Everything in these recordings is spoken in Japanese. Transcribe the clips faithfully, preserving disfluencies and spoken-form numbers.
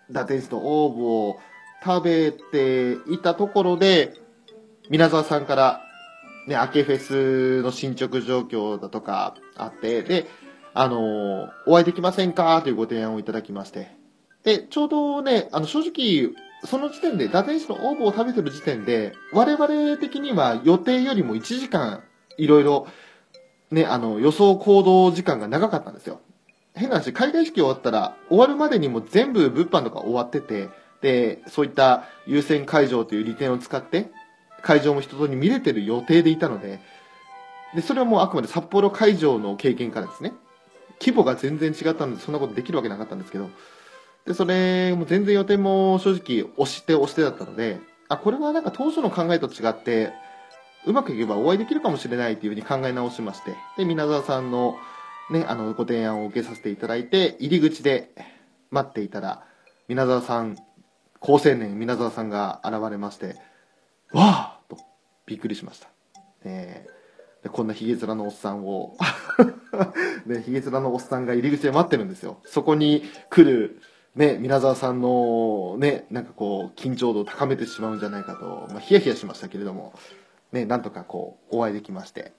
打天使のオーブを食べていたところで、皆沢さんから、ね、明けフェスの進捗状況だとかあって、で、あの、お会いできませんかというご提案をいただきまして。で、ちょうどね、あの、正直、その時点で、打天使のオーブを食べてる時点で、我々的には予定よりもいちじかん、いろいろ、ね、あの、予想行動時間が長かったんですよ。変な話、開会式終わったら、終わるまでにも全部物販とか終わってて、で、そういった優先会場という利点を使って、会場も一通り見れてる予定でいたので、で、それはもうあくまで札幌会場の経験からですね。規模が全然違ったので、そんなことできるわけなかったんですけど、で、それも全然予定も正直押して押してだったので、あ、これはなんか当初の考えと違って、うまくいけばお会いできるかもしれないというふうに考え直しまして、で、皆沢さんのね、あの、ご提案を受けさせていただいて、入り口で待っていたら、皆沢さん、高青年皆沢さんが現れまして、わーと、びっくりしました。ね、でこんなヒゲ面のおっさんをね、ヒゲ面のおっさんが入り口で待ってるんですよ。そこに来る、ね、皆沢さんの、ね、なんかこう、緊張度を高めてしまうんじゃないかと、まあ、ヒヤヒヤしましたけれども、ね、なんとかこう、お会いできまして、ね、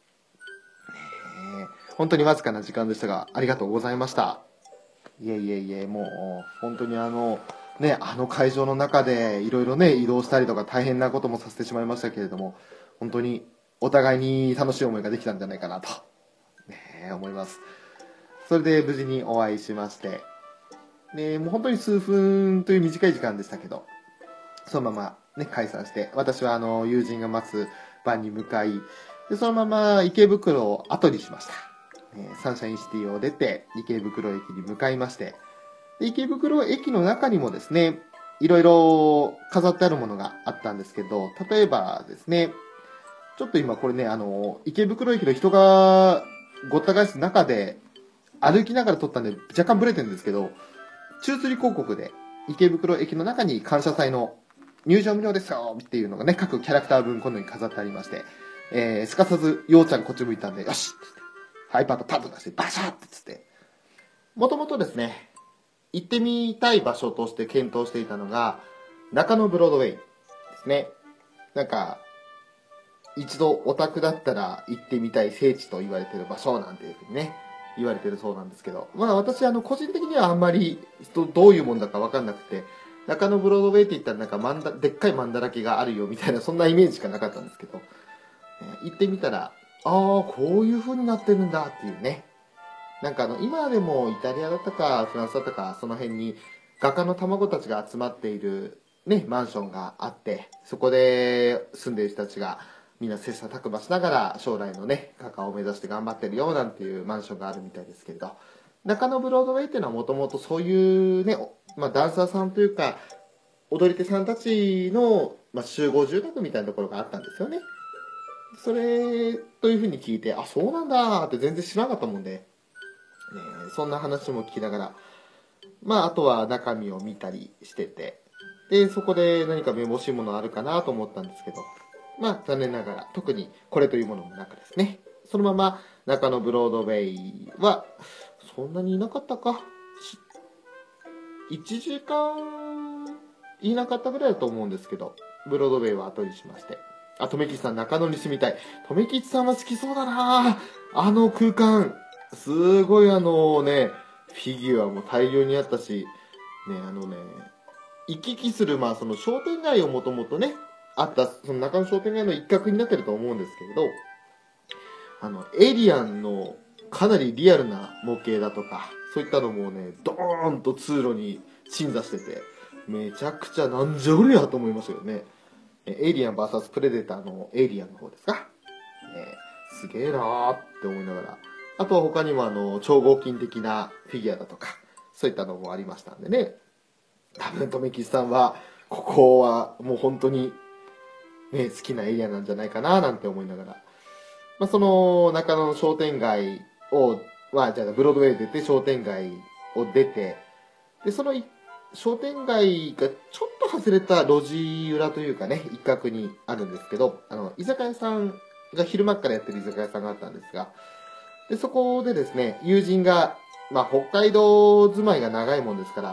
本当にわずかな時間でしたが、ありがとうございました。いえいえいえ、もう、本当にあの、ね、あの会場の中でいろいろね、移動したりとか大変なこともさせてしまいましたけれども、本当にお互いに楽しい思いができたんじゃないかなと、ね、思います。それで無事にお会いしまして、で、もう本当に数分という短い時間でしたけど、そのままね、解散して、私はあの、友人が待つ番に向かい、で、そのまま池袋を後にしました。えーサンシャインシティを出て、池袋駅に向かいまして、で池袋駅の中にもですね、いろいろ飾ってあるものがあったんですけど、例えばですね、ちょっと今これね、あの、池袋駅の人がごった返す中で歩きながら撮ったんで若干ブレてるんですけど、宙吊り広告で池袋駅の中に感謝祭の入場無料ですよっていうのがね、各キャラクター分このように飾ってありまして、えー、すかさず、ようちゃんこっち向いたんで、よしっつって、ハイパーとパッと出して、バシャーってつって、もともとですね、行ってみたい場所として検討していたのが、中野ブロードウェイですね。なんか、一度オタクだったら行ってみたい聖地と言われてる場所なんていうふうにね、言われてるそうなんですけど、まあ私あの個人的にはあんまりどどういうもんだかわかんなくて、中野ブロードウェイって言ったらなんかマンダでっかいマンだらけがあるよみたいなそんなイメージしかなかったんですけど、えー行ってみたら、ああ、こういう風になってるんだっていうね。なんかあの今でもイタリアだったかフランスだったかその辺に画家の卵たちが集まっているね、マンションがあって、そこで住んでいる人たちがみんな切磋琢磨しながら将来のね、画家を目指して頑張ってるよなんていうマンションがあるみたいですけれど、中野ブロードウェイっていうのはもともとそういうね、まあダンサーさんというか、踊り手さんたちの、まあ、集合住宅みたいなところがあったんですよね。それというふうに聞いて、あ、そうなんだって全然知らなかったもんで、ね、そんな話も聞きながら、まあ、あとは中身を見たりしてて、で、そこで何かめぼしいものあるかなと思ったんですけど、まあ、残念ながら、特にこれというものもなくですね、そのまま中野ブロードウェイは、そんなにいなかったか、いちじかんいなかったぐらいだと思うんですけど、ブロードウェイは後にしまして。あ、とめきちさん、中野に住みたい。とめきちさんは好きそうだなあの空間。すごいあのね、フィギュアも大量にあったし、ね、あのね、行き来する、まあその商店街をもともとね、あった、その中野商店街の一角になってると思うんですけれど、あの、エイリアンのかなりリアルな模型だとか、そういったのもね、ドーンと通路に鎮座してて、めちゃくちゃなんじゃおりゃと思いましたよね。エイリアン ブイエス プレデターのエイリアンの方ですか。ね、すげえなーって思いながら。あとは他にもあの、超合金的なフィギュアだとか、そういったのもありましたんでね。多分、とめきちさんは、ここはもう本当に、ね、好きなエリアなんじゃないかななんて思いながら。まあ、その中野の商店街を、まあ、じゃあブロードウェイ出て商店街を出て、で、そのい商店街がちょっと外れた路地裏というかね、一角にあるんですけど、あの、居酒屋さんが昼間からやってる居酒屋さんがあったんですが、で、そこでですね、友人が、まあ、北海道住まいが長いもんですから、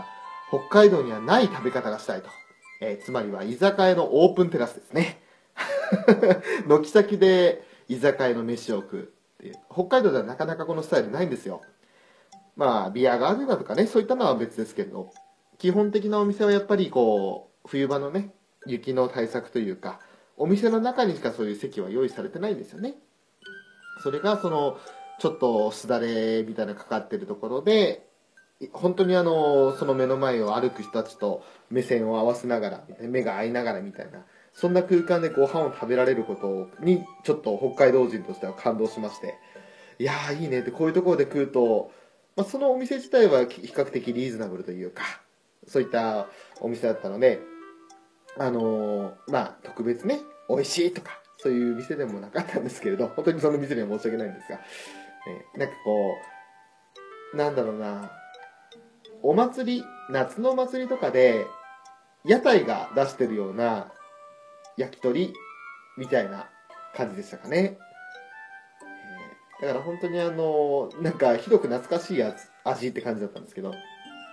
北海道にはない食べ方がしたいと。えーつまりは居酒屋のオープンテラスですね。軒先で居酒屋の飯を食うっていう。北海道ではなかなかこのスタイルないんですよ。まあ、ビアガーデンだとかね、そういったのは別ですけれど、基本的なお店はやっぱりこう、冬場のね、雪の対策というか、お店の中にしかそういう席は用意されてないんですよね。それがその、ちょっとすだれみたいなのかかってるところで、本当にあの、その目の前を歩く人たちと目線を合わせながら、目が合いながらみたいな、そんな空間でご飯を食べられることに、ちょっと北海道人としては感動しまして、いやーいいねって、こういうところで食うと、まあ、そのお店自体は比較的リーズナブルというか、そういったお店だったので、あのーまあ、特別ね、美味しいとか、そういう店でもなかったんですけれど、本当にその店には申し訳ないんですが、えーなんかこう、なんだろうな、お祭り、夏のお祭りとかで、屋台が出してるような焼き鳥みたいな感じでしたかね。えーだから本当にあの、なんかひどく懐かしいやつ味って感じだったんですけど、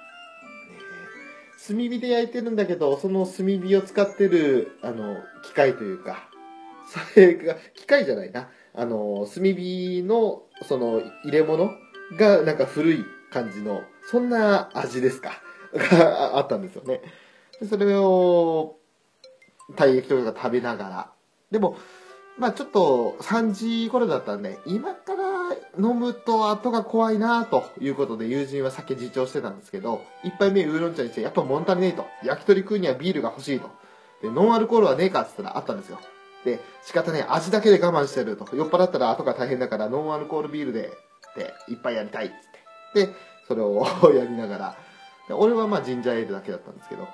炭火で焼いてるんだけど、その炭火を使ってる、あの、機械というか、それが、機械じゃないな。あの、炭火の、その、入れ物が、なんか古い感じの、そんな味ですか。があったんですよね。でそれを、たい焼きとか食べながら。でも、まあちょっとさんじ頃だったんで、今から飲むと後が怖いなということで友人は酒自重してたんですけど、一杯目ウーロン茶にしてやっぱ物足りねえと。焼き鳥食うにはビールが欲しいと。で、ノンアルコールはねえかって言ったらあったんですよ。で、仕方ねえ、味だけで我慢してると。酔っ払ったら後が大変だからノンアルコールビールで、で、一杯やりたいっつって。で、それをやりながら。で俺はまあジンジャーエールだけだったんですけど。ね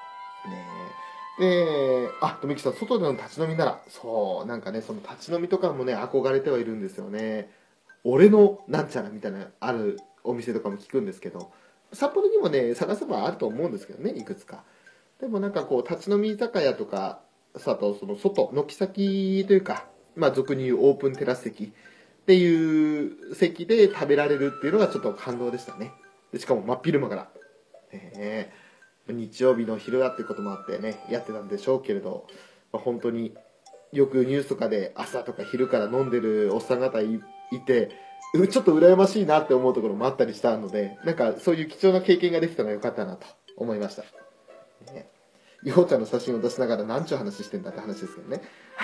え。で、あ、富木さん、外での立ち飲みなら、そう、なんかね、その立ち飲みとかもね、憧れてはいるんですよね。俺のなんちゃらみたいな、あるお店とかも聞くんですけど、札幌にもね、探せばあると思うんですけどね、いくつか。でもなんかこう、立ち飲み居酒屋とか、さと、その外、軒先というか、まあ、俗に言うオープンテラス席っていう席で食べられるっていうのがちょっと感動でしたね。でしかも真っ昼間から。ねえ日曜日の昼だっていうこともあってね、やってたんでしょうけれど、まあ、本当によくニュースとかで朝とか昼から飲んでるおっさん方いいて、うちょっと羨ましいなって思うところもあったりしたので、なんかそういう貴重な経験ができたのが良かったなと思いました。ね、ようちゃんの写真を出しながら何ちゅう話してんだって話ですけどね。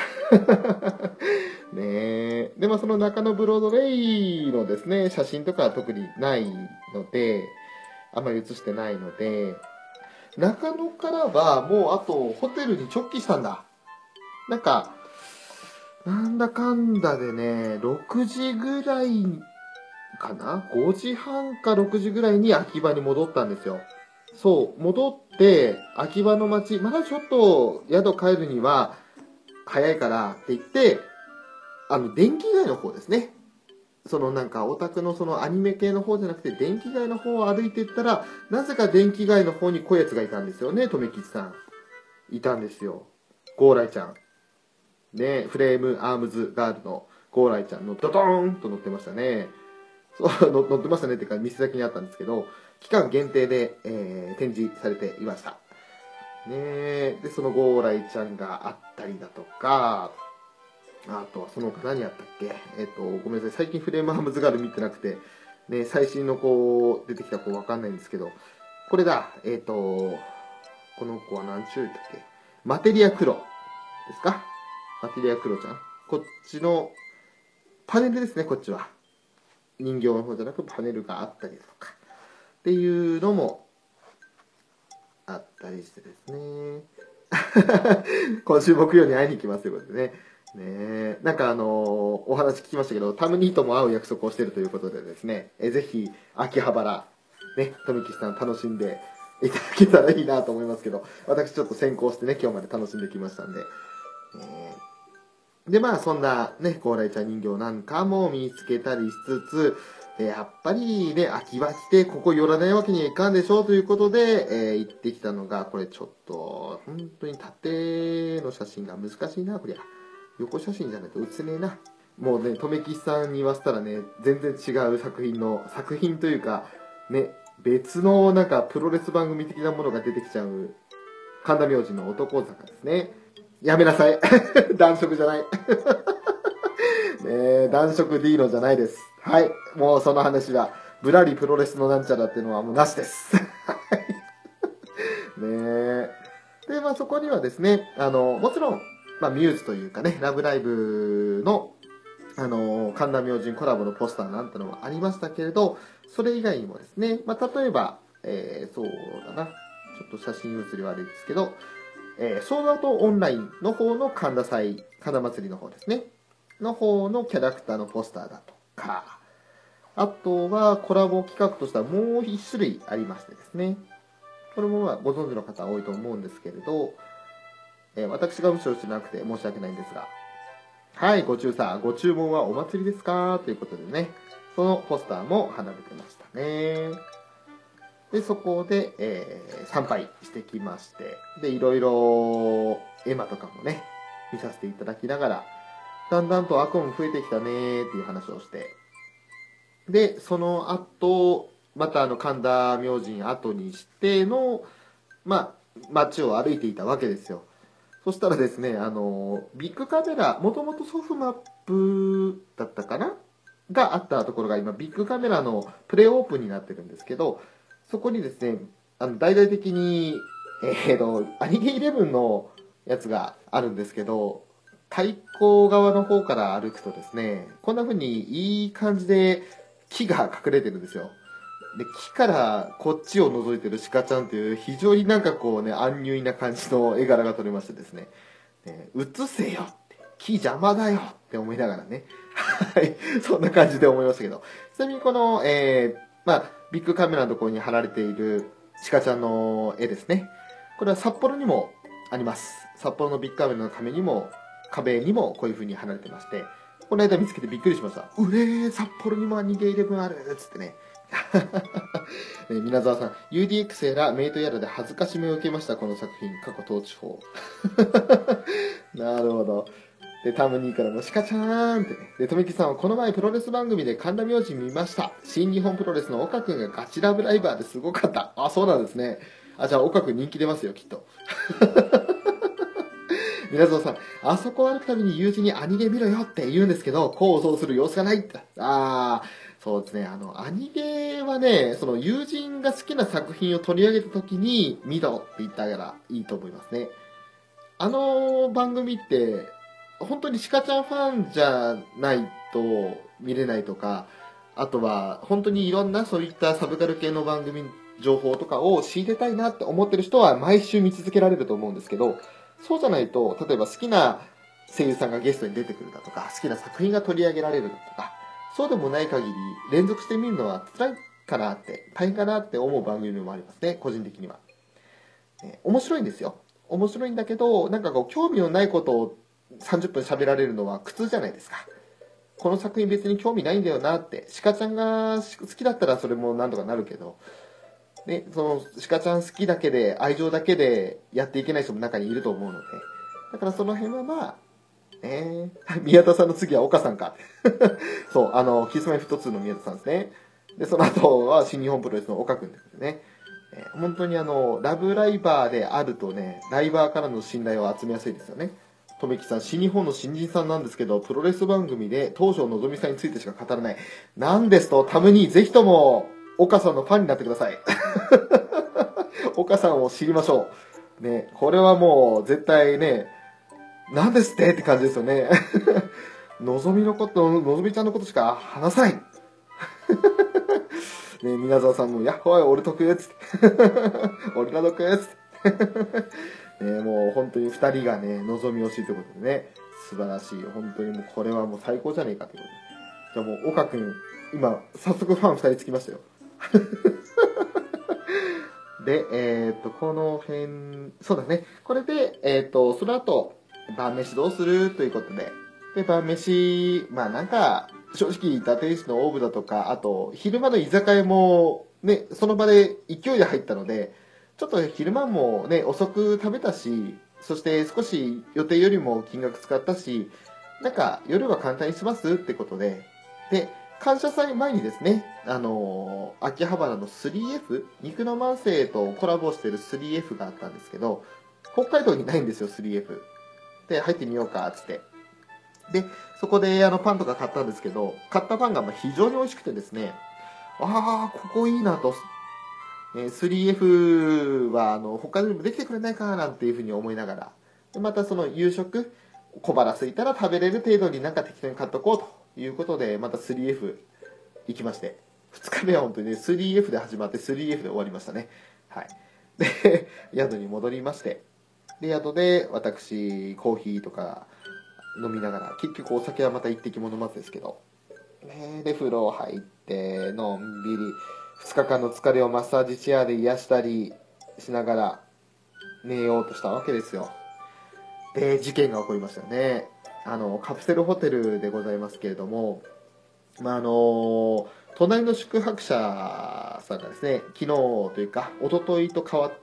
ねえ。で、まあその中野ブロードウェイのですね、写真とかは特にないので、あんまり写してないので、中野からはもうあとホテルに直帰したんだ。なんか、なんだかんだでね、ろくじぐらいかな ?ご 時半かろくじぐらいに秋葉に戻ったんですよ。そう、戻って、秋葉の街、まだちょっと宿帰るには早いからって言って、あの、電気街の方ですね。そのなんかオタクのそのアニメ系の方じゃなくて電気街の方を歩いていったら、なぜか電気街の方にこやつがいたんですよね、とめきちさん。いたんですよ。ゴーライちゃん。ね、フレームアームズガールのゴーライちゃんのドドーンと乗ってましたね。そうの乗ってましたねっていうか店先にあったんですけど、期間限定で、えー展示されていました。ねで、そのゴーライちゃんがあったりだとか、あとはその他何やったっけえっ、と、ごめんなさい。最近フレームアームズガール見てなくて、ね、最新の子出てきた子わかんないんですけど、これだ。えっ、と、この子は何ちゅう言ったっけマテリアクロですかマテリアクロちゃん。こっちのパネルですね、こっちは。人形の方じゃなくパネルがあったりとか。っていうのもあったりしてですね。今週木曜に会いに行きますということでね。ねえ。なんかあのーお話聞きましたけど、タムニーとも会う約束をしているということでですね、えぜひ、秋葉原、ね、富木さん楽しんでいただけたらいいなと思いますけど、私ちょっと先行してね、今日まで楽しんできましたんで。えーで、まあ、そんなね、高麗茶人形なんかも見つけたりしつつ、でやっぱりね、秋葉来て、ここ寄らないわけにはいかんでしょうということで、えー行ってきたのが、これちょっと、本当に縦の写真が難しいな、こりゃ。横写真じゃないと写せねえな。もうね、とめきさんに言わせたらね、全然違う作品の、作品というか、ね、 別のなんかプロレス番組的なものが出てきちゃう神田明神の男坂ですね。やめなさい。男色じゃない。ねえ、男色 D のじゃないです。はい。もうその話は、ぶらりプロレスのなんちゃらっていうのはもうなしです。ねえ。で、まあそこにはですね、あの、もちろん、まあミューズというかね、ラブライブの、あの、神田明神コラボのポスターなんてのもありましたけれど、それ以外にもですね、まあ例えば、えー、そうだな。ちょっと写真写り悪いですけど、えー、ソードアートオンラインの方の神田祭、神田祭りの方ですね。の方のキャラクターのポスターだとか、あとはコラボ企画としてはもう一種類ありましてですね。これもまあご存知の方多いと思うんですけれど、えー、私が無視をしてなくて申し訳ないんですが、はい、ご注さご注文はお祭りですかということでね、そのポスターも離れてましたね。で、そこで、えー、参拝してきまして、で、いろいろ絵馬とかもね、見させていただきながら、だんだんと悪夢増えてきたねーっていう話をして、で、その後、またあの神田明神後にしての、まあ、街を歩いていたわけですよ。そしたらですね、あの、ビッグカメラ、もともとソフマップだったかながあったところが今、ビッグカメラのプレオープンになってるんですけど、そこにですね、あの、大々的に、えーと、アニゲイレブンのやつがあるんですけど、太鼓側の方から歩くとですね、こんな風にいい感じで木が隠れてるんですよ。で、木からこっちを覗いてる鹿ちゃんという非常になんかこうね、アンニュイな感じの絵柄が撮れましてですね、ね映せよって、木邪魔だよって思いながらね、はい、そんな感じで思いましたけど、ちなみにこの、えー、まあ、ビッグカメラのところに貼られている鹿ちゃんの絵ですね。これは札幌にもあります。札幌のビッグカメラの壁にも、壁にもこういう風に貼られてまして、この間見つけてびっくりしました。うれー、札幌にもアニゲイレブンあるっつってね。ね、皆沢さん、ユーディーエックス やらメイトやらで恥ずかしめを受けました、この作品。過去統治法。なるほど。で、タムニーからも、シカちゃーんってね。で、とめきさんは、この前プロレス番組で神田明神見ました。新日本プロレスの岡くんがガチラブライバーですごかった。あ、そうなんですね。あ、じゃあ岡くん人気出ますよ、きっと。皆沢さん、あそこ歩くたびに友人にアニゲ見ろよって言うんですけど、こうそうする様子がないって。あー、そうですね。あの、アニゲはね、その友人が好きな作品を取り上げた時に見ろって言ってあげたらいいと思いますね。あの番組って、本当にシカちゃんファンじゃないと見れないとか、あとは本当にいろんなそういったサブカル系の番組、情報とかを仕入れたいなって思ってる人は毎週見続けられると思うんですけど、そうじゃないと、例えば好きな声優さんがゲストに出てくるだとか、好きな作品が取り上げられるだとか、そうでもない限り連続して見るのは辛いかなって、大変かなって思う番組もありますね、個人的には。え面白いんですよ。面白いんだけど、なんかこう、興味のないことをさんじゅっぷん喋られるのは苦痛じゃないですか。この作品別に興味ないんだよなって。鹿ちゃんが好きだったらそれもなんとかなるけど、ね、その鹿ちゃん好きだけで、愛情だけでやっていけない人も中にいると思うので。だからその辺はまあ、えー、宮田さんの次は岡さんか。そう、あの、キスマイフットツーの宮田さんですね。で、その後は新日本プロレスの岡くんですね。えー本当にあの、ラブライバーであるとね、ライバーからの信頼を集めやすいですよね。とめきさん、新日本の新人さんなんですけど、プロレス番組で東條のぞみさんについてしか語らない。なんですと、ためにぜひとも、岡さんのファンになってください。岡さんを知りましょう。ね、これはもう絶対ね、なんですってって感じですよね。のぞみのこと、のぞみちゃんのことしか話さない。ね、皆沢さんも、やっほい、俺得っつって。俺ら得っつって。ね、もう本当に二人がね、望み惜しいということでね、素晴らしい。本当にもうこれはもう最高じゃねえかということで。じゃあもう、岡くん、今、早速ファン二人つきましたよ。で、えっ、と、この辺、そうだね。これで、えっ、と、その後、晩飯どうするということで。で、晩飯、まあなんか、正直、伊達天使のオーブだとか、あと、昼間の居酒屋も、ね、その場で勢いで入ったので、ちょっと昼間もね、遅く食べたし、そして少し予定よりも金額使ったし、なんか夜は簡単にしますってことで、で、 感謝祭前にですね、あのー秋葉原の スリーエフ、肉の万世とコラボしてる スリーエフ があったんですけど、北海道にないんですよ、スリーエフ。で、入ってみようか、つって。で、そこであのパンとか買ったんですけど、買ったパンがまあ非常に美味しくてですね、ああ、ここいいなと。えー スリーエフ はあの他にもできてくれないかななんていうふうに思いながら、でまたその夕食、小腹空いたら食べれる程度になんか適当に買っとこうということで、また スリーエフ 行きまして、ふつかめは本当にね、スリーエフ で始まって スリーエフ で終わりましたね。はい。で、宿に戻りまして、で、宿で私、コーヒーとか飲みながら、結局お酒はまた一滴も飲まずですけど、ね、で、風呂入って、のんびり、ふつかかんの疲れをマッサージチェアで癒したりしながら寝ようとしたわけですよ。で、事件が起こりましたよね。あの、カプセルホテルでございますけれども、まあ、あの、隣の宿泊者さんがですね、昨日というか、一昨日と変わって、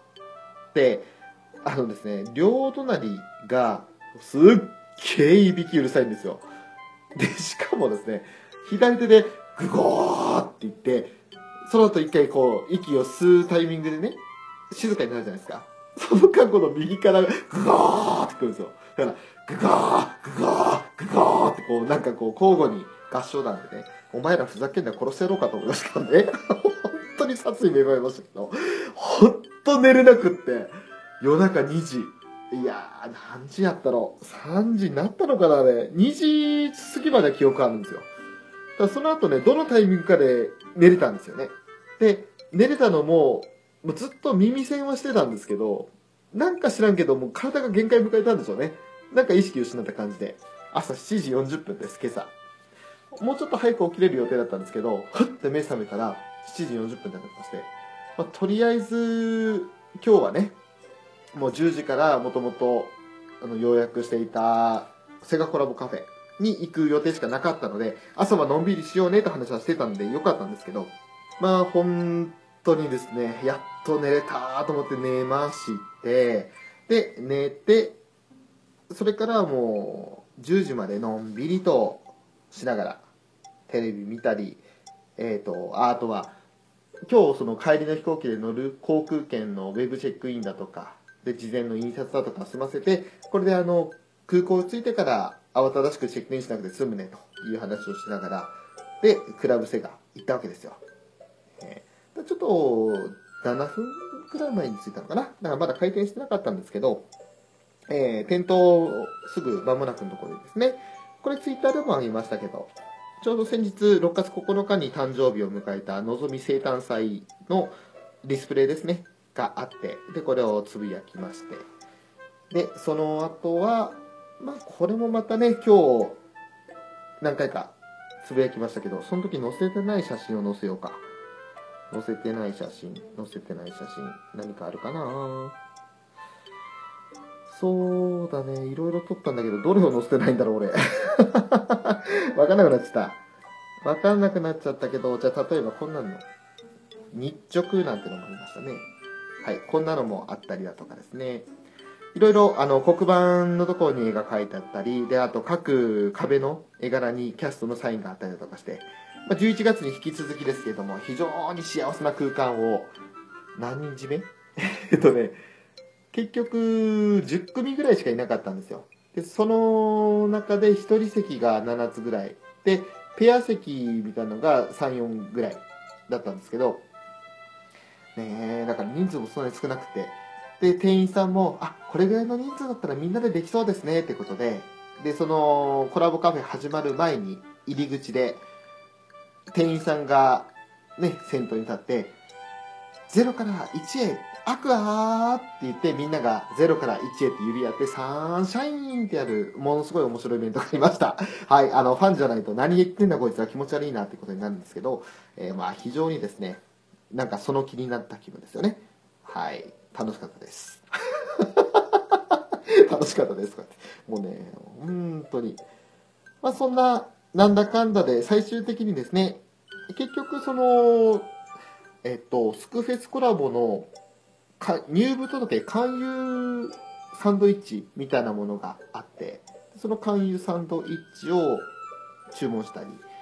あのですね、両隣がすっげえいびきうるさいんですよ。で、しかもですね、左手でグゴーって言って、その後一回こう、息を吸うタイミングでね、静かになるじゃないですか。その間、この右からグゴーってくるんですよ。だから、グゴー、グゴー、グゴーってこう、なんかこう、交互に合唱団でね、お前らふざけんな殺してやろうかと思いましたけどね。本当に殺意芽生えましたけど、本当寝れなくって、夜中にじ。いやー、何時やったろう。さんじになったのかな、あれ。にじ過ぎまで記憶あるんですよ。だからその後ね、どのタイミングかで寝れたんですよね。で、寝れたのも、もうずっと耳栓はしてたんですけど、なんか知らんけど、もう体が限界迎えたんでしょうね。なんか意識失った感じで。朝しちじよんじゅっぷんです、今朝。もうちょっと早く起きれる予定だったんですけど、ふって目覚めたらしちじよんじゅっぷんになってまして、まあ、とりあえず、今日はね、もうじゅうじからもともと予約していたセガコラボカフェに行く予定しかなかったので、朝はのんびりしようねと話はしてたんでよかったんですけど、まあ本当にですね、やっと寝れたと思って寝まして、で、寝て、それからもうじゅうじまでのんびりとしながらテレビ見たり、えっ、と、あとは今日その帰りの飛行機で乗る航空券のウェブチェックインだとか、で、事前の印刷だとか済ませて、これであの、空港着いてから慌ただしくチェックインしなくて済むねという話をしながら、で、クラブセガ行ったわけですよ。えー、ちょっと、ななふんくらい前に着いたのかな。だからまだ開店してなかったんですけど、えー、店頭すぐ間もなくのところでですね、これツイッターでもありましたけど、ちょうど先日ろくがつここのかに誕生日を迎えたのぞみ生誕祭のディスプレイですね、があって、で、これをつぶやきまして、で、その後は、まあ、これもまたね、今日、何回かつぶやきましたけど、その時載せてない写真を載せようか。載せてない写真、載せてない写真、何かあるかな。そうだね、いろいろ撮ったんだけど、どれを載せてないんだろう、俺。わかんなくなっちゃった。わかんなくなっちゃったけど、じゃあ例えばこんなの、日直なんてのもありましたね。はい、こんなのもあったりだとかですね。いろいろあの黒板のところに絵が描いてあったり、で、あと各壁の絵柄にキャストのサインがあったりだとかして、まあ、じゅういちがつに引き続きですけれども、非常に幸せな空間を、何日目えっとね、結局じゅっくみぐらいしかいなかったんですよ。で、その中でひとり席がななつぐらい。で、ペア席みたいなのがさん、よんぐらいだったんですけど、ねえ、だから人数もそんなに少なくて。で、店員さんも、あ、これぐらいの人数だったらみんなでできそうですね、ってことで、で、そのコラボカフェ始まる前に入り口で、店員さんがね、先頭に立って、ゼロからいちへ、アクアーって言ってみんながゼロからいちへって指やってサンシャインってやるものすごい面白いイベントがありました。はい、あのファンじゃないと何言ってんだこいつは気持ち悪いなってことになるんですけど、えー、まあ非常にですね、なんかその気になった気分ですよね。はい、楽しかったです。楽しかったです。もうね、本当に。まあそんな、なんだかんだで最終的にですね、結局その、えっと、スクフェスコラボのか入部届勧誘サンドイッチみたいなものがあって、その勧誘サンドイッチを注文したり、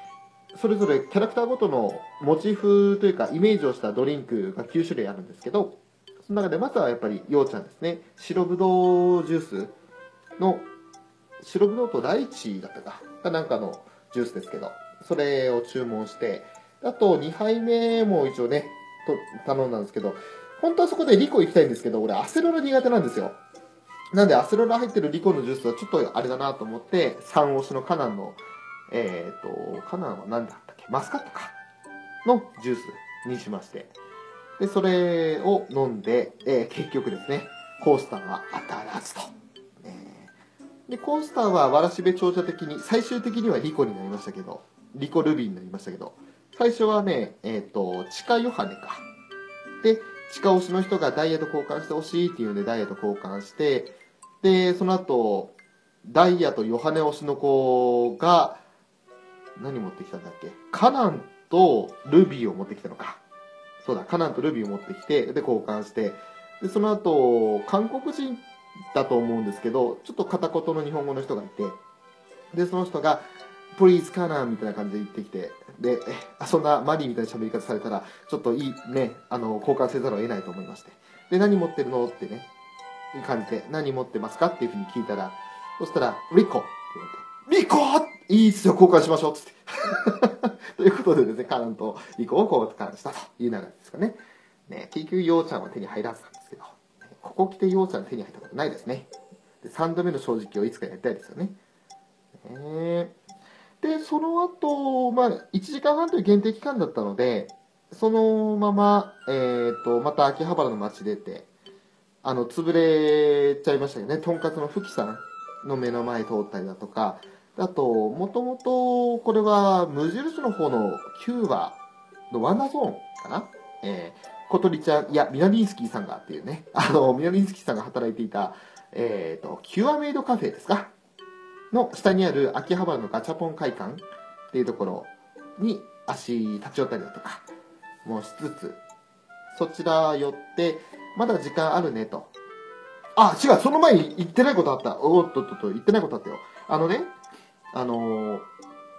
それぞれキャラクターごとのモチーフというかイメージをしたドリンクがきゅう種類あるんですけど、その中でまずはやっぱりようちゃんですね。白ぶどうジュースの、白ぶどうとライチだったか、かなんかのジュースですけど、それを注文して、あとにはいめも一応ね、と頼んだんですけど、本当はそこでリコ行きたいんですけど、俺アセロラ苦手なんですよ。なんでアセロラ入ってるリコのジュースはちょっとあれだなと思って、さん推しのカナンの、えっ、と、カナンは何だったっけ、マスカットか。のジュースにしまして。で、それを飲んで、えー結局ですね、コースターは当たらずと。えーで、コースターはわらしべ長者的に、最終的にはリコになりましたけど、リコルビーになりましたけど、最初はね、えっ、と、地下ヨハネか。で、地下推しの人がダイヤと交換してほしいっていうんでダイヤと交換して、で、その後、ダイヤとヨハネ推しの子が、何持ってきたんだっけ、カナンとルビーを持ってきたのか。そうだ、カナンとルビーを持ってきて、で、交換して、で、その後、韓国人だと思うんですけど、ちょっと片言の日本語の人がいて、で、その人が、Please カナンみたいな感じで言ってきて、で、えそんなマリーみたいな喋り方されたら、ちょっといいね、あの、交換せざるを得ないと思いまして。で、何持ってるのってね、いう感じで、何持ってますかっていうふうに聞いたら、そしたら、リコって言われて、リコいいっすよ、交換しましょうっつって。ということでですね、カナンとリコを交換したという流れですかね。ね、結局、ヨウちゃんは手に入らずなんですけど、ここ来てヨウちゃん手に入ったことないですね。で、さんどめの正直をいつかやりたいですよね。ねで、その後、まあ、いちじかんはんという限定期間だったので、そのまま、えっ、と、また秋葉原の街出て、あの、潰れちゃいましたよね。とんかつのふきさんの目の前通ったりだとか、あと、もともと、これは、無印の方のキューバのワンダーゾーンかな、えー、小鳥ちゃん、いや、ミナリンスキーさんがっていうね、あの、ミナリンスキーさんが働いていた、えっ、と、キュアメイドカフェですかの下にある秋葉原のガチャポン会館っていうところに足立ち寄ったりだとかもしつつ、そちら寄って、まだ時間あるねと。あ、違う、その前に言ってないことあった。おっとっとっと、言ってないことあったよ。あのね、あのー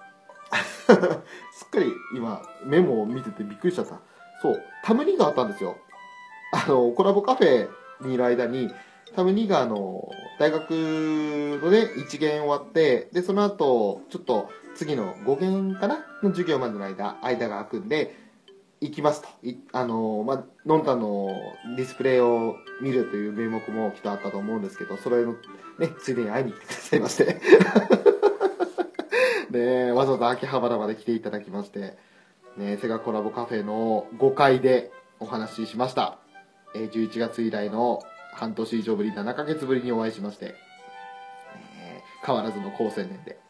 すっかり今、メモを見ててびっくりしちゃった。そう、タムニーがあったんですよ。あの、コラボカフェにいる間に、タムニーがあの、大学のね、いち限終わって、で、その後、ちょっと次のご限かなの授業までの間、間が空くんで、行きますと。いあの、まあ、ノンタのディスプレイを見るという名目もきっとあったと思うんですけど、それの、ね、ついでに会いに来てくださいまして。ね、わざわざ秋葉原まで来ていただきまして、ね、セガコラボカフェのごかいでお話ししました。えーじゅういちがつ以来の半年以上ぶり、ななかげつぶりにお会いしまして、えー変わらずの好青年で、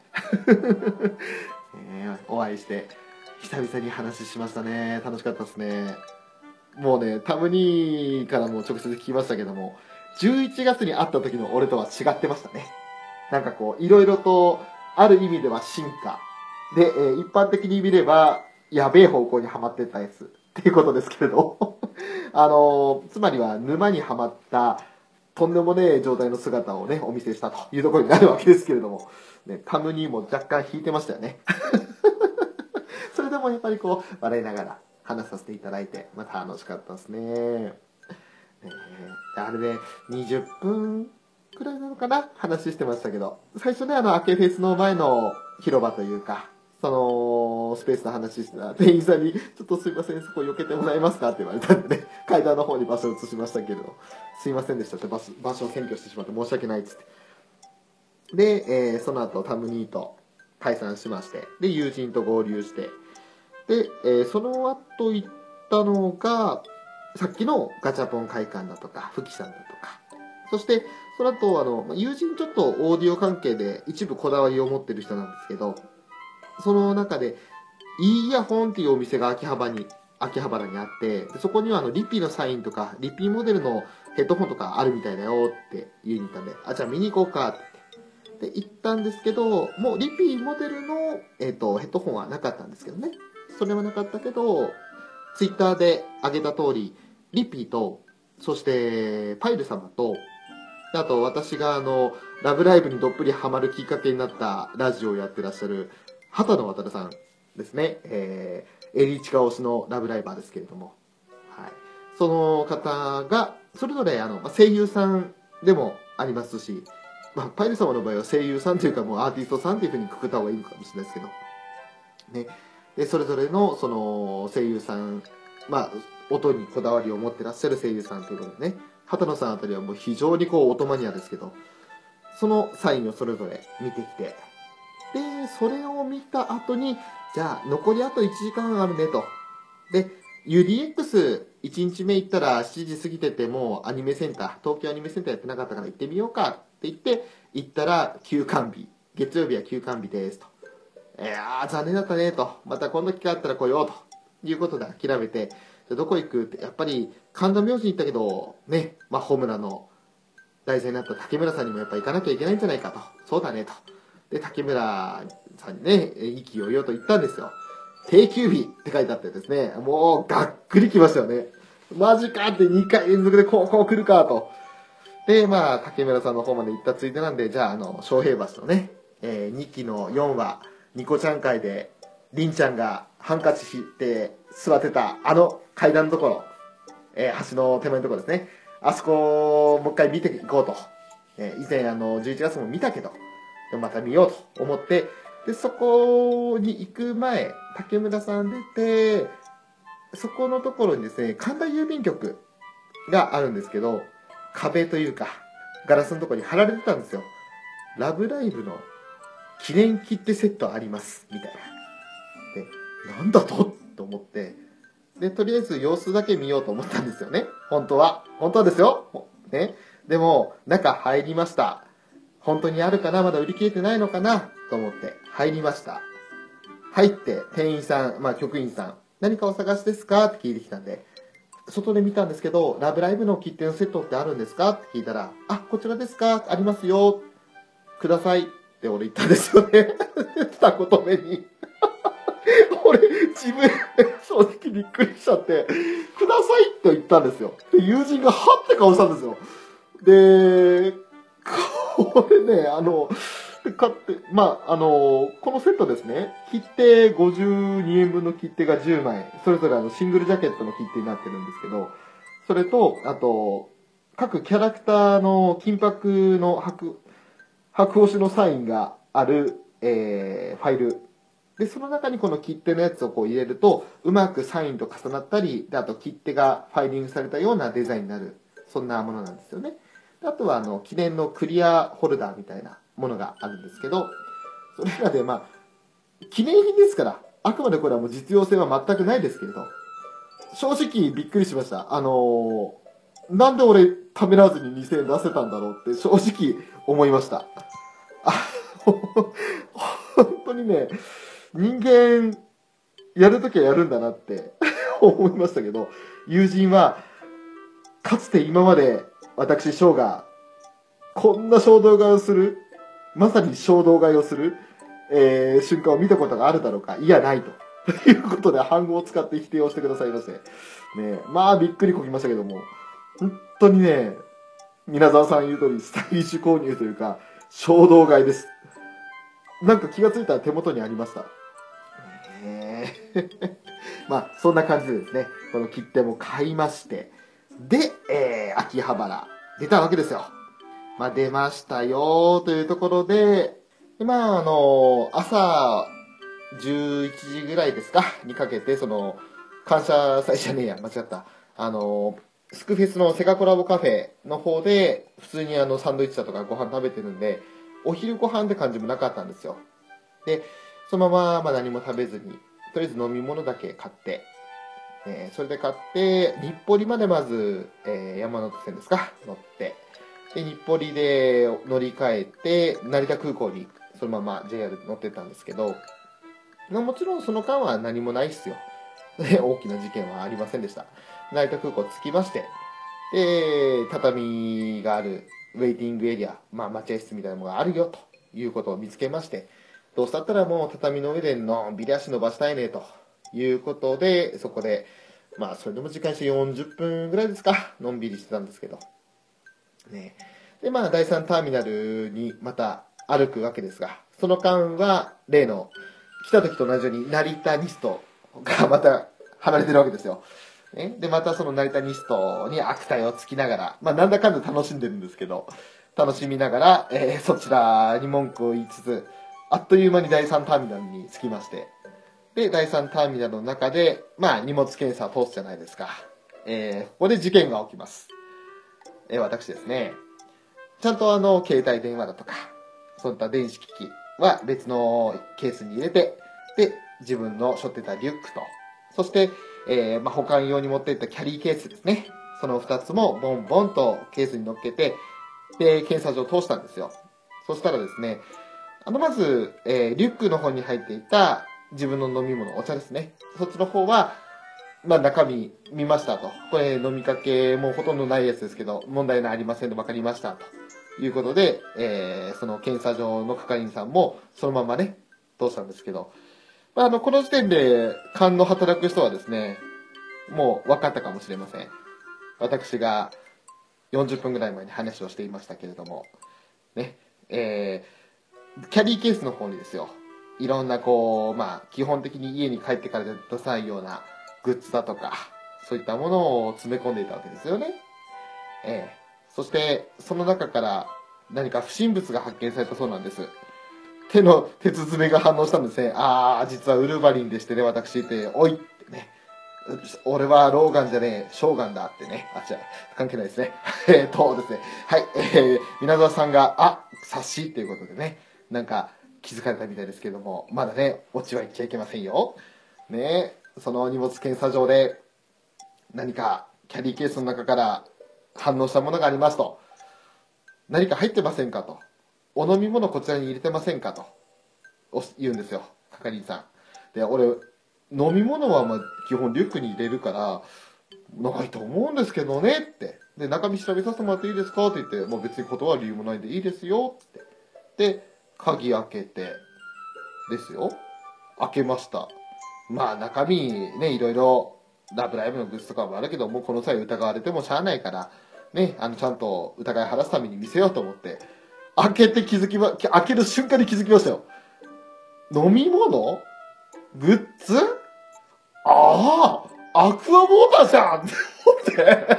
えーお会いして、久々に話しましたね。楽しかったですね。もうね、タムニーからも直接聞きましたけども、じゅういちがつに会った時の俺とは違ってましたね。なんかこう、いろいろと、ある意味では進化。で、えー一般的に見れば、やべえ方向にはまってったやつ。っていうことですけれど。あのーつまりは沼にはまった、とんでもねえ状態の姿をね、お見せしたというところになるわけですけれども、ね、タムニーも若干引いてましたよね。それでもやっぱりこう、笑いながら話させていただいて、また楽しかったですね。えー、あれでにじゅっぷんくらいなのかな話してましたけど、最初ね、あの、アケフェスの前の広場というか、その、スペースの話してたら、店員さんに、ちょっとすいません、そこ避けてもらえますかって言われたんでね、階段の方に場所を移しましたけれど、すいませんでしたって場所場所を占拠してしまって申し訳ないっつって。で、えーその後、タムニーと解散しまして、で、友人と合流して、で、えーその後行ったのが、さっきのガチャポン会館だとか、フキさんだとか、そして、その後、あの、友人ちょっとオーディオ関係で一部こだわりを持ってる人なんですけど、その中で、いいイヤホンっていうお店が秋葉原に、秋葉原にあって、そこにはあの、リッピーのサインとか、リッピーモデルのヘッドホンとかあるみたいだよって言いに行ったんで、あ、じゃあ見に行こうかって言って。で、行ったんですけど、もうリッピーモデルの、えっと、ヘッドホンはなかったんですけどね。それはなかったけど、ツイッターで上げた通り、リッピーと、そして、パイル様と、あと私があの、ラブライブにどっぷりハマるきっかけになったラジオをやってらっしゃる、畑野渡さん。 ですね。えー、エリーチカ推しのラブライバーですけれども。はい。その方が、それぞれあの、まあ、声優さんでもありますし、まあ、パイル様の場合は声優さんというかもうアーティストさんというふうにくくった方がいいのかもしれないですけど、ね。で、それぞれのその声優さん、まあ、音にこだわりを持ってらっしゃる声優さんということでね、畑野さんあたりはもう非常にこう音マニアですけど、そのサインをそれぞれ見てきて、で、それを見た後に、じゃあ残りあといちじかんあるねと。で、ユーディーエックスいち 日目行ったらしちじ過ぎててもアニメセンター、東京アニメセンターやってなかったから行ってみようかって言って、行ったら休館日。月曜日は休館日ですと。いやー、残念だったねと。また今度機会あったら来ようと。いうことで諦めて、じゃあどこ行くって、やっぱり神田明神行ったけど、ね、まあ、ホムラの題材になった竹村さんにもやっぱ行かなきゃいけないんじゃないかと。そうだねと。で、竹村さんにね、意気揚々と言ったんですよ。定休日って書いてあってですね、もうがっくりきましたよね。マジかってにかい連続でこう、こう来るかと。で、まあ、竹村さんの方まで行ったついでなんで、じゃあ、あの、昌平橋のね、えー、にきのよんわ、ニコちゃん会で、りんちゃんがハンカチ引いて座ってた、あの階段のところ、えー、橋の手前のところですね。あそこをもう一回見ていこうと。えー、以前、あの、じゅういちがつも見たけど、でもまた見ようと思って、で、そこに行く前、竹村さん出て、そこのところにですね、神田郵便局があるんですけど、壁というか、ガラスのところに貼られてたんですよ。ラブライブの記念切手セットあります、みたいな。で、なんだとと思って、で、とりあえず様子だけ見ようと思ったんですよね。本当は。本当はですよ。ね。でも、中入りました。本当にあるかなまだ売り切れてないのかなと思って入りました。入って、店員さん、まあ局員さん、何かお探しですかって聞いてきたんで、外で見たんですけど、ラブライブの切手のセットってあるんですかって聞いたら、あ、こちらですかありますよ。くださいって俺言ったんですよね。二言目に。俺、自分、正直びっくりしちゃって、くださいって言ったんですよ。で、友人がはって顔したんですよ。で、これね、あの、買って、まあ、あの、このセットですね。切手ごじゅうにえんぶんの切手がじゅうまい、それぞれあのシングルジャケットの切手になってるんですけど、それと、あと、各キャラクターの金箔の白、白押しのサインがある、えー、ファイル。で、その中にこの切手のやつをこう入れると、うまくサインと重なったり、であと切手がファイリングされたようなデザインになる、そんなものなんですよね。であとは、あの、記念のクリアホルダーみたいなものがあるんですけど、それらで、まあ、記念品ですから、あくまでこれはもう実用性は全くないですけれど、正直びっくりしました。あのーなんで俺ためらわずににせんえん出せたんだろうって正直思いました。あ本当にね、人間やるときはやるんだなって思いましたけど、友人はかつて今まで私翔がこんな衝動買いをする、まさに衝動買いをする、えー瞬間を見たことがあるだろうか、いやないと。ということで反語を使って否定をしてくださいまして。ね、まあびっくりこきましたけども、本当にね、皆沢さん言う通りスタイリッシュ購入というか、衝動買いです。なんか気がついたら手元にありました。ねまあそんな感じでですね、この切手も買いまして、で、えー、秋葉原出たわけですよ。まあ出ましたよというところで、でまああの、朝じゅういちじぐらいですかにかけて、その、感謝祭じゃねえや、間違った。あの、スクフェスのセガコラボカフェの方で、普通にあの、サンドイッチだとかご飯食べてるんで、お昼ご飯って感じもなかったんですよ。で、そのまま、まあ何も食べずに、とりあえず飲み物だけ買って、えーそれで買って、日暮里までまず、えー山手線ですか乗って、で、日暮里で乗り換えて、成田空港にそのまま ジェイアール で乗ってったんですけど、まあもちろんその間は何もないっすよ。大きな事件はありませんでした。成田空港着きまして、で、畳があるウェイティングエリア、まあ待合室みたいなものがあるよということを見つけまして、どうせだったらもう畳の上でのんびり足伸ばしたいねということで、そこで、まあそれでも時間してよんじゅっぷんぐらいですか、のんびりしてたんですけど。ね。で、まあだいさんターミナルにまた歩くわけですが、その間は例の来た時と同じように成田ニストがまた貼られてるわけですよ。ね、で、またその成田ニストに悪態をつきながら、まあなんだかんだ楽しんでるんですけど、楽しみながら、えー、そちらに文句を言いつつ、あっという間にだいさんターミナルに着きまして、で、だいさんターミナルの中で、まあ荷物検査を通すじゃないですか。えー、ここで事件が起きます。えー、私ですね、ちゃんとあの、携帯電話だとか、そういった電子機器は別のケースに入れて、で、自分の背負ってたリュックと、そして、えー、まあ、保管用に持っていったキャリーケースですね。その二つもボンボンとケースに乗っけて、で、検査場を通したんですよ。そしたらですね、あの、まず、えー、リュックの方に入っていた自分の飲み物、お茶ですね。そっちの方は、まあ、中身見ましたと。これ飲みかけもうほとんどないやつですけど、問題のありませんで分かりましたと。いうことで、えー、その検査場の係員さんもそのままね、通したんですけど、まあ、あの、この時点で勘の働く人はですね、もう分かったかもしれません。私がよんじゅっぷんぐらい前に話をしていましたけれども、ね、えー、キャリーケースの方にですよ、いろんなこう、まあ、基本的に家に帰ってからで出さないようなグッズだとか、そういったものを詰め込んでいたわけですよね。ええ。そして、その中から何か不審物が発見されたそうなんです。手の鉄爪が反応したんですね。ああ、実はウルヴァリンでしてね、私って、おいってね。俺はローガンじゃねえ、ショーガンだってね。あ、違う、関係ないですね。えっとですね、はい、えー、皆沢さんが、あ、察しっていうことでね、なんか気づかれたみたいですけども、まだね、オチは言っちゃいけませんよ。ね、その荷物検査場で、何かキャリーケースの中から反応したものがありますと。何か入ってませんかと。お飲み物こちらに入れてませんかと。言うんですよ、係員さん。で、俺、飲み物はまあ基本リュックに入れるから、ないと思うんですけどねって。で、中身調べさせてもらっていいですかって言って、もう別に断る理由もないんでいいですよって。で、鍵開けて、ですよ。開けました。まあ中身ね、いろいろ、ラブライブのグッズとかもあるけど、もうこの際疑われてもしゃあないから、ね、あの、ちゃんと疑い晴らすために見せようと思って、開けて気づきま、開ける瞬間に気づきましたよ。飲み物グッズああ、アクアウォーターじゃんって思って、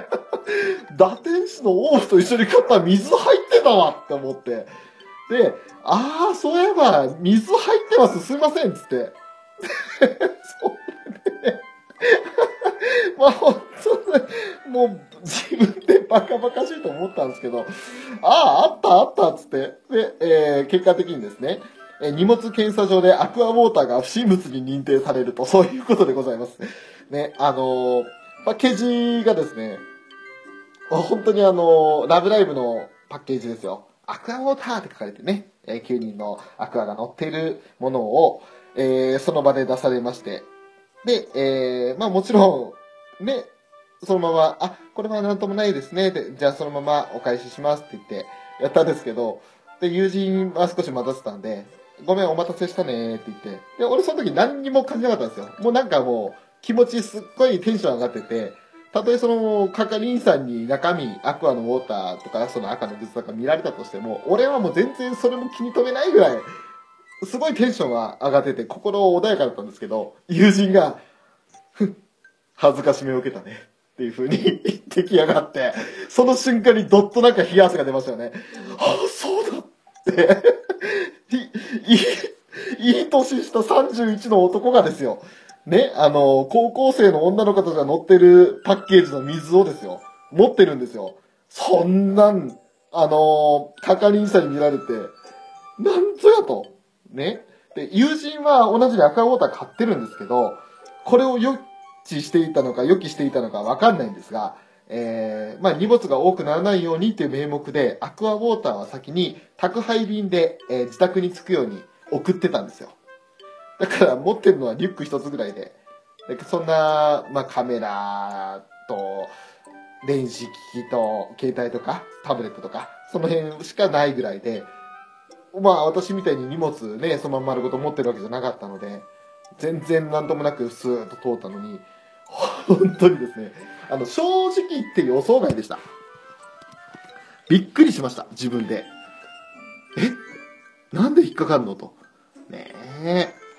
打天使の王府と一緒に買った水入ってたわって思って、で、ああ、そういえば、水入ってます、すいません、つって。それで、まあ本当に、もう自分でバカバカしいと思ったんですけど、ああ、あったあったっつって。で、えー、結果的にですね、えー荷物検査場でアクアウォーターが不審物に認定されると、そういうことでございます。ね、あのー、パッケージがですね、本当にあのー、ラブライブのパッケージですよ。アクアウォーターって書かれてね、えーきゅうにんのアクアが乗っているものを、えーその場で出されまして、で、えー、まあもちろん、ね、そのまま、あ、これはなんともないですね。で、じゃあそのままお返ししますって言ってやったんですけど、で、友人は少し待たせたんで、ごめんお待たせしたねって言って、で、俺その時何にも感じなかったんですよ。もうなんかもう気持ちすっごいテンション上がってて、たとえその係員さんに中身、アクアのウォーターとか、その赤のグッズとか見られたとしても、俺はもう全然それも気に留めないぐらい、すごいテンションは上がってて、心穏やかだったんですけど、友人が、ふっ、恥ずかしめを受けたね。っていう風に言ってきやがって、その瞬間にどっとなんか冷や汗が出ましたよね。ああ、そうだって。いい、いい年したさんじゅういちの男がですよ。ね、あの、高校生の女の方が乗ってるパッケージの水をですよ。持ってるんですよ。そんなん、あの、係員さんに見られて、なんぞやと。ね。で、友人は同じにアクアウォーター買ってるんですけど、これを予知していたのか予期していたのかわかんないんですが、えー、まあ荷物が多くならないようにっていう名目で、アクアウォーターは先に宅配便で、えー自宅に着くように送ってたんですよ。だから持ってるのはリュック一つぐらいで、でそんな、まあカメラと、電子機器と、携帯とか、タブレットとか、その辺しかないぐらいで、まあ私みたいに荷物ね、そのまま丸ごと持ってるわけじゃなかったので、全然なんともなくスーッと通ったのに、本当にですね、あの、正直言って予想外でした。びっくりしました、自分で。えなんで引っかかるのと。ねえ。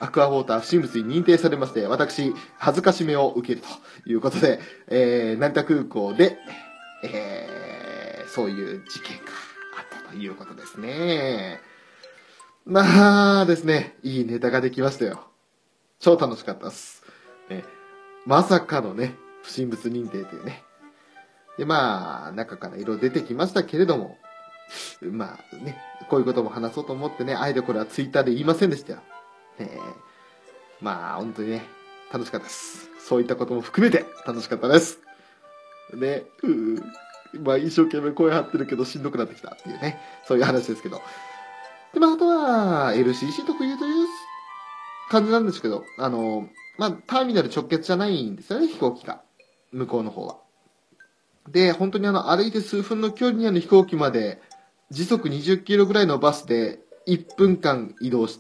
アクアウォーター不審物に認定されまして、私、恥ずかしめを受けるということで、えー、成田空港で、えー、そういう事件があったということですね。まあですね、いいネタができましたよ。超楽しかったです。ね、まさかのね、不審物認定というね。で、まあ、中から色々出てきましたけれども、まあね、こういうことも話そうと思ってね、あえてこれはツイッターで言いませんでしたよ。ね、まあ、本当にね、楽しかったです。そういったことも含めて楽しかったです。ね、うーまあ、一生懸命声張ってるけどしんどくなってきたっていうね、そういう話ですけど。で、まあ、あとは、エルシーシー 特有という感じなんですけど、あの、まあ、ターミナル直結じゃないんですよね、飛行機が。向こうの方は。で、本当にあの、歩いて数分の距離にある飛行機まで、時速にじゅっキロぐらいのバスでいっぷんかん移動して、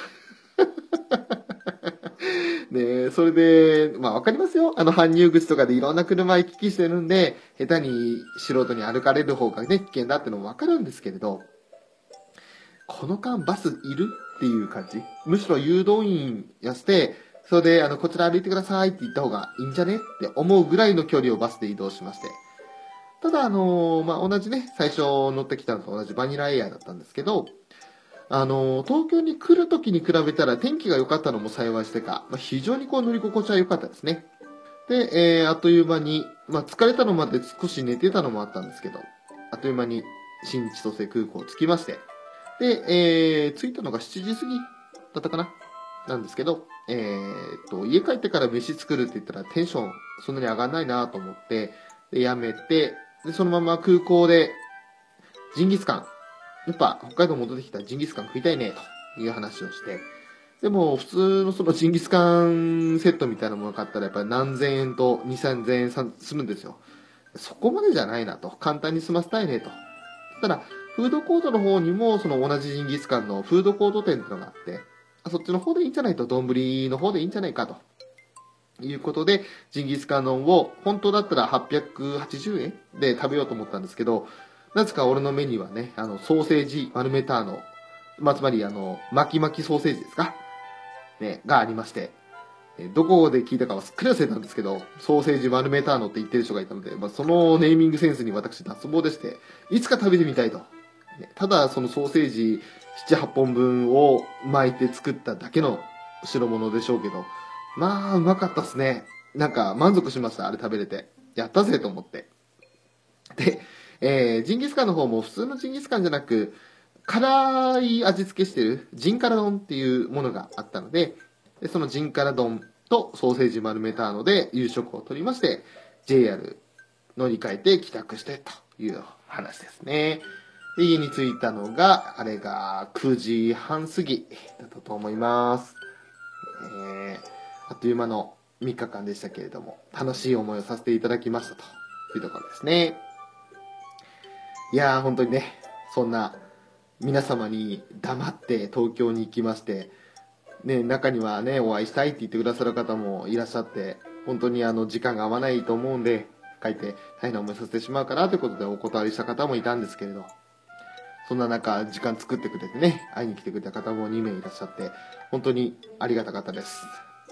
ね、それで、まあわかりますよ。あの搬入口とかでいろんな車行き来してるんで、下手に素人に歩かれる方がね、危険だってのもわかるんですけれど、この間バスいるっていう感じ。むしろ誘導員やして、それで、あの、こちら歩いてくださいって言った方がいいんじゃねって思うぐらいの距離をバスで移動しまして。ただ、あのー、まあ、同じね、最初乗ってきたのと同じバニラエアだったんですけど、あのー、東京に来る時に比べたら天気が良かったのも幸いしてか、まあ、非常にこう乗り心地は良かったですね。で、えー、あっという間に、まあ、疲れたのまで少し寝てたのもあったんですけど、あっという間に新千歳空港着きまして、で、えー、着いたのがしちじ過ぎだったかななんですけど、えー、っと、家帰ってから飯作るって言ったらテンションそんなに上がんないなと思って、で、やめて、で、そのまま空港で、ジンギスカン。やっぱ、北海道戻ってきたらジンギスカン食いたいね、という話をして、でも、普通のそのジンギスカンセットみたいなもの買ったら、やっぱり何千円とに、三千円するんですよ。そこまでじゃないなと。簡単に済ませたいね、と。ただ、フードコートの方にも、その同じジンギスカンのフードコート店っていうのがあって、そっちの方でいいんじゃないと、丼の方でいいんじゃないかと。いうことで、ジンギスカン丼を、本当だったらはっぴゃくはちじゅうえんで食べようと思ったんですけど、なぜか俺のメニューはね、あの、ソーセージマルメターノ、まあ、つまりあの、巻き巻きソーセージですかね、がありまして、どこで聞いたかはすっかり忘れたんですけど、ソーセージマルメターノって言ってる人がいたので、まあ、そのネーミングセンスに私脱帽でして、いつか食べてみたいと。ただ、そのソーセージなな、はっぽんぶんを巻いて作っただけの代物でしょうけど、まあ、うまかったっすね。なんか、満足しました、あれ食べれて。やったぜと思って。で、えー、ジンギスカンの方も普通のジンギスカンじゃなく、辛い味付けしてるジンカラ丼っていうものがあったので、でそのジンカラ丼とソーセージ丸めたので夕食をとりまして、ジェイアール 乗り換えて帰宅してという話ですね。で、家に着いたのが、あれがくじはん過ぎだったと思います。えー、あっという間のみっかかんでしたけれども、楽しい思いをさせていただきましたというところですね。いやー、本当にね、そんな皆様に黙って東京に行きまして、ね、中にはね、お会いしたいって言ってくださる方もいらっしゃって、本当にあの、時間が合わないと思うんで、書いて大変な思いさせてしまうかなということでお断りした方もいたんですけれど、そんな中、時間作ってくれてね、会いに来てくれた方もにめいいらっしゃって、本当にありがたかったです。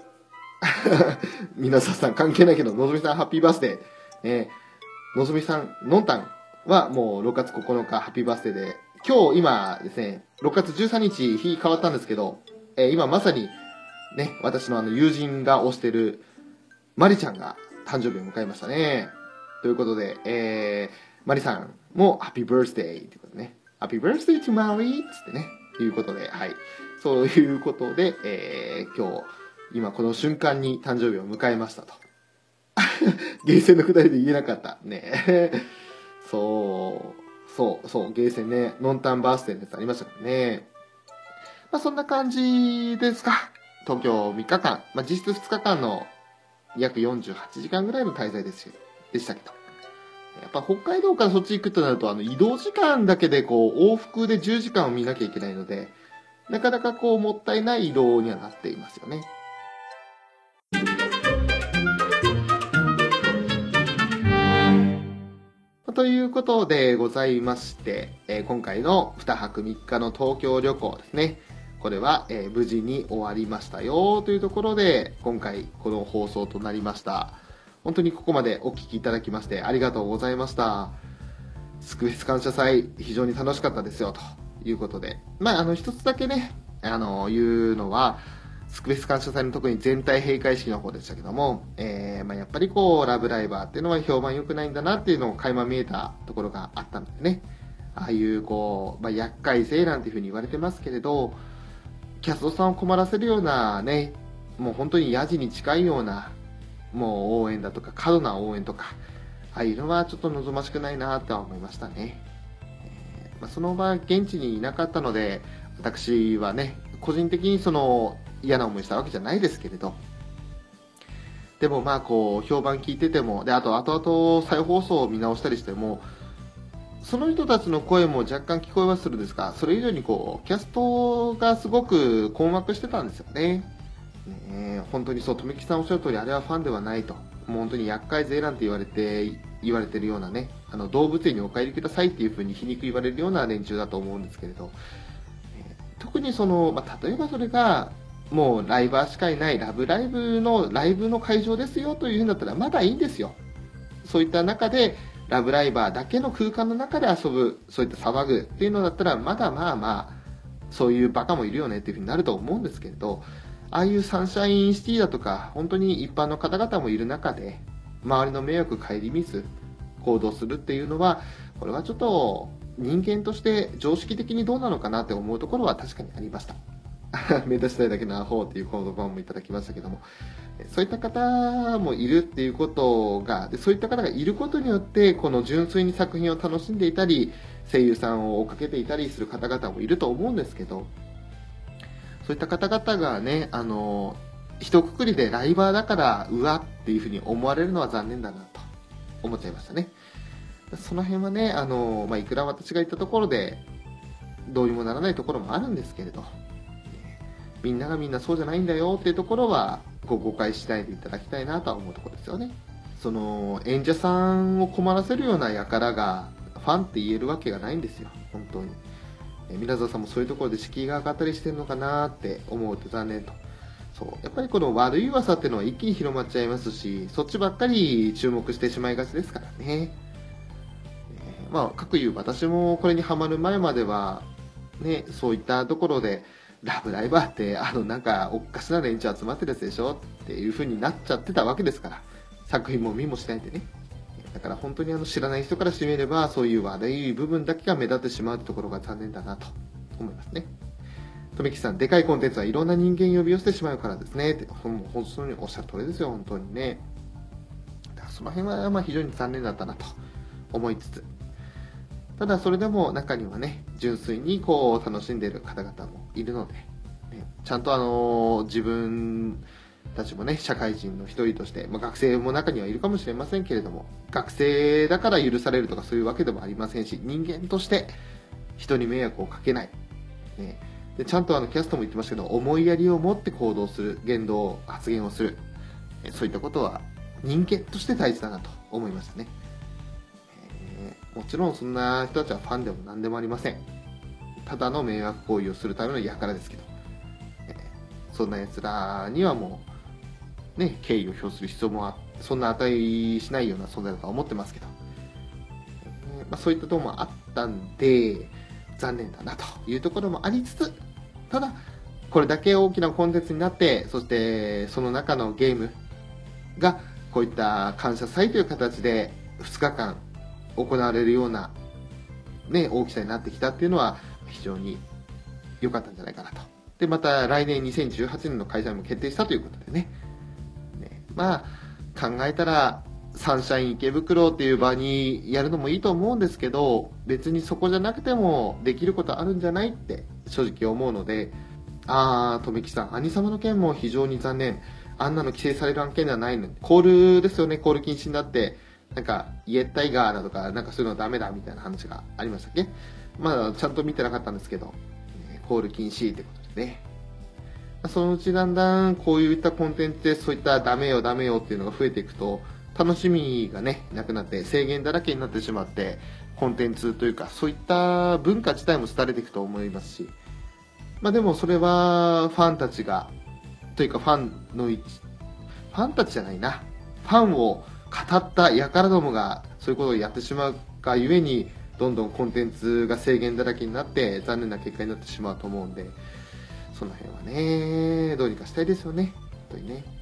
皆さん関係ないけど、のぞみさんハッピーバースデー。ね、のぞみさん、のんたんはもうろくがつここのかハッピーバースデーで、今日今ですね、ろくがつじゅうさんにち日変わったんですけど、えー、今まさにね、私のあの友人が推してるマリちゃんが誕生日を迎えましたね。ということで、えー、マリさんもハッピーバースデーということでね、ハッピーバースデー to マリーつってね、ということで、はい。そういうことで、えー、今日、今この瞬間に誕生日を迎えましたと。ゲーセンのくだりで言えなかった。ね。そう、そう、そう、ゲーセンね、ノンタンバースデーのやつありましたからね。まあそんな感じですか。東京みっかかん、まあ実質ふつかかんの約よんじゅうはちじかんぐらいの滞在ですでしたけど。やっぱ北海道からそっち行くとなると、あの移動時間だけでこう往復でじゅうじかんを見なきゃいけないので、なかなかこうもったいない移動にはなっていますよね。ということでございまして、えー、今回のにはくみっかの東京旅行ですね。 これは、えー無事に終わりましたよというところで、今回この放送となりました。本当にここまでお聞きいただきましてありがとうございました。スクフェス感謝祭、非常に楽しかったですよということで、まあ、あの、一つだけね、あの、言うのは、スクフェス感謝祭の特に全体閉会式の方でしたけども、えーまあ、やっぱりこう、ラブライバーっていうのは評判良くないんだなっていうのを垣間見えたところがあったのでね、ああいうこう、まあ、厄介勢なんていうふうに言われてますけれど、キャストさんを困らせるようなね、もう本当にヤジに近いような、もう応援だとか、過度な応援とか、ああいうのはちょっと望ましくないなとは思いましたね。えーまあ、その場、現地にいなかったので、私はね、個人的にその嫌な思いしたわけじゃないですけれど、でもまあこう、評判聞いてても、で、あと後々再放送を見直したりしても、その人たちの声も若干聞こえはするんですが、それ以上にこう、キャストがすごく困惑してたんですよね。ね、本当にそう、富木さんおっしゃる通り、あれはファンではないと。もう本当に厄介勢なんて言われて、言われてるようなね、あの動物園にお帰りくださいっていう風に皮肉言われるような連中だと思うんですけれど、えー特にその、まあ、例えばそれが、もうライバーしかいないラブライブのライブの会場ですよというんだったらまだいいんですよ。そういった中で、ラブライバーだけの空間の中で遊ぶ、そういった騒ぐっていうのだったら、まだまあまあ、そういうバカもいるよねっていう風になると思うんですけれど、ああいうサンシャインシティだとか、本当に一般の方々もいる中で、周りの迷惑顧みず行動するっていうのは、これはちょっと人間として常識的にどうなのかなって思うところは確かにありました。目指したいだけのアホっていう言葉もいただきましたけども、そういった方もいるっていうことが、でそういった方がいることによって、この純粋に作品を楽しんでいたり、声優さんを追っかけていたりする方々もいると思うんですけど、そういった方々がね、あの、一括りでライバーだからうわっていうふうに思われるのは残念だなと思っちゃいましたね。その辺はね、あの、まあ、いくら私が言ったところでどうにもならないところもあるんですけれど、みんながみんなそうじゃないんだよっていうところはご誤解しないでいただきたいなとは思うところですよね。その演者さんを困らせるような輩がファンって言えるわけがないんですよ、本当に。え皆沢さんもそういうところで敷居が上がったりしてるのかなって思うと残念と。そうやっぱりこの悪い噂っていうのは一気に広まっちゃいますし、そっちばっかり注目してしまいがちですからね。えーまあ、かくいう私もこれにハマる前までは、ね、そういったところで、ラブライバーって、あの、なんか、おっかしな連中集まってるやつでしょっていう風になっちゃってたわけですから、作品も見もしないでね。だから本当にあの知らない人からしてみれば、そういう悪い部分だけが目立ってしまうところが残念だなと思いますね。富木さん、でかいコンテンツはいろんな人間呼び寄せてしまうからですね。って本当におっしゃる通りですよ、本当にね。だからその辺はまあ非常に残念だったなと思いつつ、ただそれでも中にはね、純粋にこう楽しんでいる方々もいるので、ね、ちゃんとあの自分たちもね、社会人の一人として、まあ、学生も中にはいるかもしれませんけれども、学生だから許されるとかそういうわけでもありませんし、人間として人に迷惑をかけない。ね、でちゃんとあのキャストも言ってましたけど、思いやりを持って行動する、言動、発言をする。そういったことは人間として大事だなと思いましたね。もちろんそんな人たちはファンでも何でもありません。ただの迷惑行為をするための輩ですけど、えー、そんな奴らにはもうね、敬意を表する必要もあそんな値しないような存在だとは思ってますけど、えーまあ、そういったところもあったんで残念だなというところもありつつ、ただこれだけ大きなコンテンツになって、そしてその中のゲームがこういった感謝祭という形でふつかかん行われるような、ね、大きさになってきたっていうのは非常に良かったんじゃないかなと。で、また来年にせんじゅうはちねんの開催も決定したということでね。ね、まあ、考えたら、サンシャイン池袋っていう場にやるのもいいと思うんですけど、別にそこじゃなくてもできることあるんじゃないって正直思うので、あー、とめきさん、兄様の件も非常に残念。あんなの規制される案件ではないのに、コールですよね、コール禁止になって、なんか、イエッタイガーだとか、なんかそういうのダメだみたいな話がありましたっけ。まあ、ちゃんと見てなかったんですけど、コール禁止ってことでね。そのうちだんだんこういったコンテンツでそういったダメよダメよっていうのが増えていくと、楽しみがね、なくなって制限だらけになってしまって、コンテンツというか、そういった文化自体も廃れていくと思いますし、 まあでもそれはファンたちが、というかファンの一、ファンたちじゃないな。ファンを語った輩どもがそういうことをやってしまうがゆえに、どんどんコンテンツが制限だらけになって残念な結果になってしまうと思うんで、その辺はね、どうにかしたいですよね。本当にね。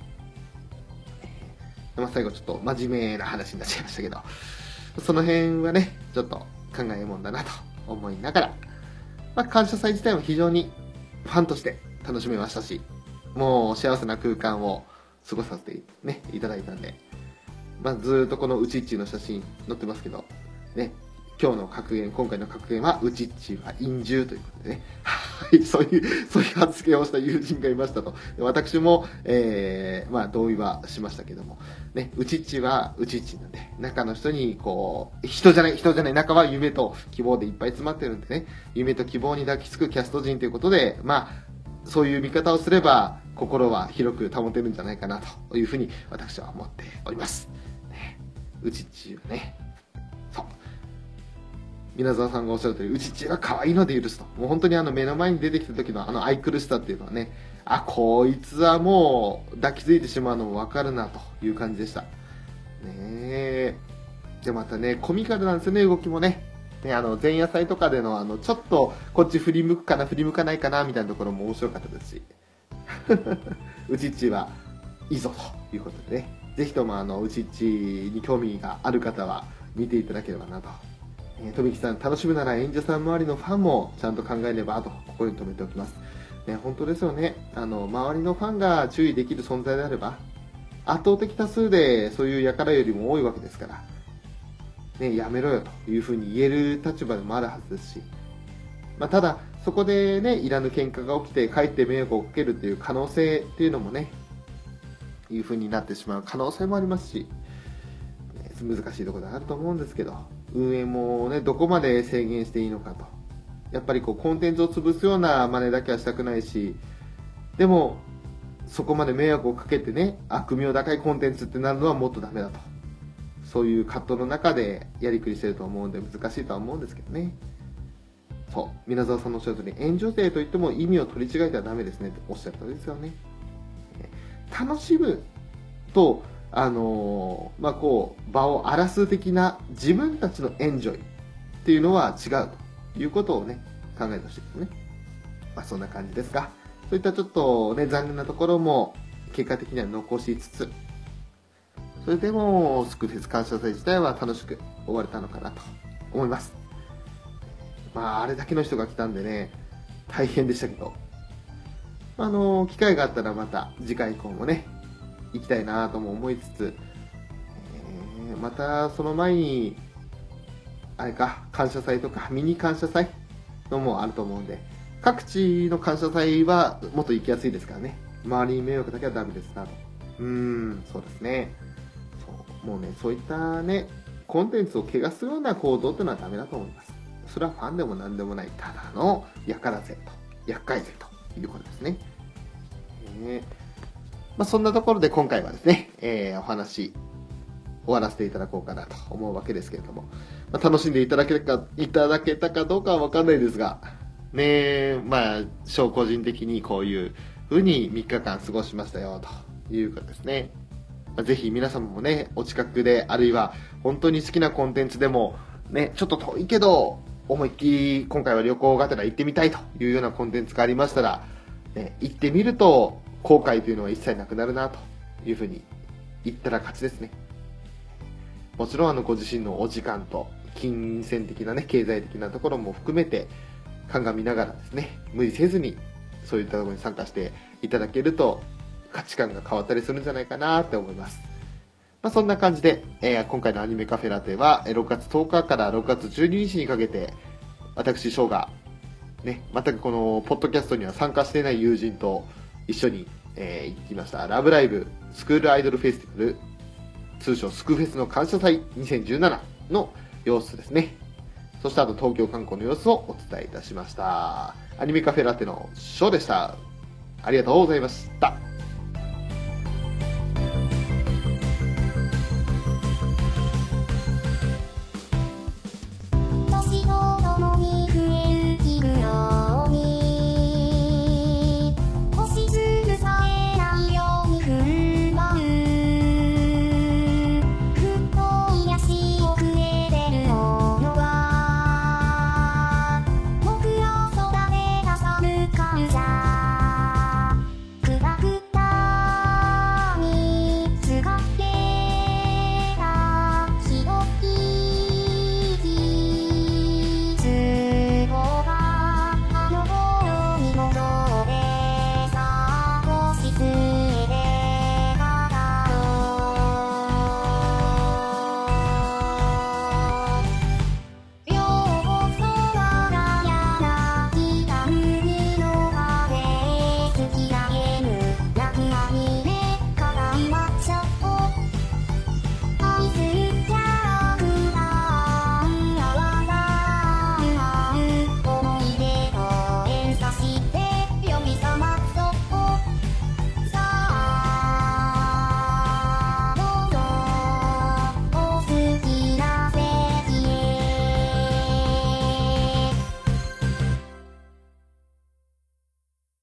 まあ、最後ちょっと真面目な話になっちゃいましたけど、その辺はね、ちょっと考えもんだなと思いながら、まあ、感謝祭自体は非常にファンとして楽しめましたし、もう幸せな空間を過ごさせて、ね、いただいたんで、まあ、ずーっとこのうちっちの写真載ってますけど、ね、今日の格言、今回の格言は、うちっちは陰獣ということでね、はい、そういう、そういう発言をした友人がいましたと。私も、えー、まあ、同意はしましたけども、ね、うちっちはうちっちなんで、中の人に、こう、人じゃない、人じゃない、中は夢と希望でいっぱい詰まってるんでね、夢と希望に抱きつくキャスト陣ということで、まあ、そういう見方をすれば、心は広く保てるんじゃないかなというふうに私は思っております。ね、うちっちはね、そう。皆沢さんがおっしゃる通り、うちっちは可愛いので許すと。もう本当にあの目の前に出てきた時のあの愛くるしさっていうのはね、あ、こいつはもう抱きついてしまうのもわかるなという感じでした。ねえ。で、またね、コミカルなんですよね、動きもね。ね、あの、前夜祭とかでのあの、ちょっとこっち振り向くかな、振り向かないかな、みたいなところも面白かったですし。うちっちはいいぞということでね。ぜひともあの、うちっちに興味がある方は見ていただければなと。えー、富木さん楽しむなら演者さん周りのファンもちゃんと考えればと心に留めておきます。ね、本当ですよね。あの、周りのファンが注意できる存在であれば、圧倒的多数でそういう輩よりも多いわけですから、ね、やめろよというふうに言える立場でもあるはずですし、まあ、ただ、そこでね、いらぬ喧嘩が起きて、かえって迷惑をかけるっていう可能性っていうのもね、いうふうになってしまう可能性もありますし、難しいところであると思うんですけど、運営もね、どこまで制限していいのかと。やっぱりこう、コンテンツを潰すような真似だけはしたくないし、でも、そこまで迷惑をかけてね、悪名高いコンテンツってなるのはもっとダメだと。そういう葛藤の中でやりくりしてると思うんで難しいとは思うんですけどね。そう。皆沢さんのおっしゃる通り、援助税といっても意味を取り違えてはダメですねっておっしゃる通りですよね。楽しむと、あのー、まあ、こう、場を荒らす的な自分たちのエンジョイっていうのは違うということをね、考えてほしいですね。まあ、そんな感じですが、そういったちょっとね、残念なところも結果的には残しつつ、それでも、スクフェス感謝祭自体は楽しく終われたのかなと思います。まあ、あれだけの人が来たんでね、大変でしたけど、あの、機会があったらまた次回以降もね、行きたいなとも思いつつ、えー、またその前に、あれか、感謝祭とかミニ感謝祭のもあると思うんで、各地の感謝祭はもっと行きやすいですからね。周りに迷惑だけはダメですなと。うーん、そうですね。そうもうね、そういったね、コンテンツを汚すような行動っていうのはダメだと思います。それはファンでも何でもない、ただの輩税と、厄介税ということですね。えーまあ、そんなところで今回はですね、えー、お話終わらせていただこうかなと思うわけですけれども、まあ、楽しんでいただけたか、いただけたかどうかはわかんないですが、ねえ、まあ、小個人的にこういう風にみっかかん過ごしましたよ、ということですね。まあ、ぜひ皆様もね、お近くで、あるいは本当に好きなコンテンツでも、ね、ちょっと遠いけど、思いっきり今回は旅行がてら行ってみたいというようなコンテンツがありましたら、ね、行ってみると、後悔というのは一切なくなるなというふうに言ったら勝ちですね。もちろんあのご自身のお時間と金銭的なね、経済的なところも含めて鑑みながらですね、無理せずにそういったところに参加していただけると価値観が変わったりするんじゃないかなって思います。まあ、そんな感じで、えー、今回のアニメカフェラテはろくがつとおかからろくがつじゅうににちにかけて私翔がね、全くこのポッドキャストには参加していない友人と一緒に、えー、行きましたラブライブスクールアイドルフェスティバル、通称スクフェスの感謝祭にせんじゅうななの様子ですね。そしてあと東京観光の様子をお伝えいたしました。アニメカフェラテのショーでした。ありがとうございました。